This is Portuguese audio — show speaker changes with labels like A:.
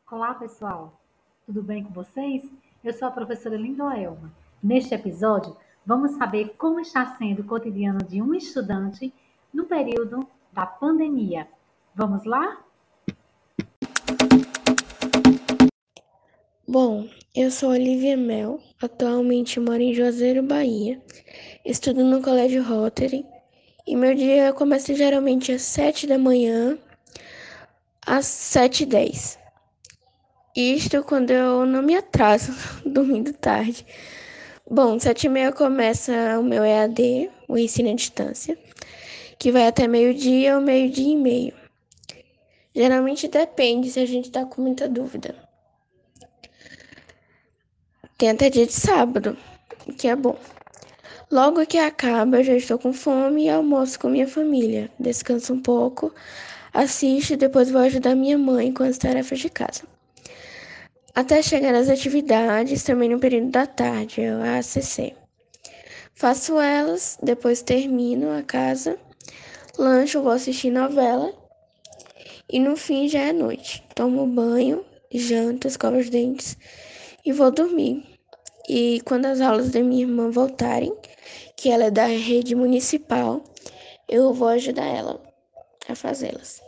A: Olá, pessoal. Tudo bem com vocês? Eu sou a professora Lindoelma. Neste episódio, vamos saber como está sendo o cotidiano de um estudante no período da pandemia. Vamos lá?
B: Bom, eu sou Olivia Mel, atualmente moro em Juazeiro, Bahia. Estudo no Colégio Rotary e meu dia começa geralmente às 7 da manhã às 7h10. Isto quando eu não me atraso, dormindo tarde. Bom, 7h30 começa o meu EAD, o ensino à distância, que vai até meio-dia ou meio-dia e meio. Geralmente depende se a gente tá com muita dúvida. Tem até dia de sábado, que é bom. Logo que acaba, eu já estou com fome e almoço com minha família. Descanso um pouco, assisto e depois vou ajudar minha mãe com as tarefas de casa. Até chegar às atividades, também no período da tarde, a ACC. Faço elas, depois termino a casa, lancho, vou assistir novela e no fim já é noite. Tomo banho, janto, escovo os dentes e vou dormir. E quando as aulas da minha irmã voltarem, que ela é da rede municipal, eu vou ajudar ela a fazê-las.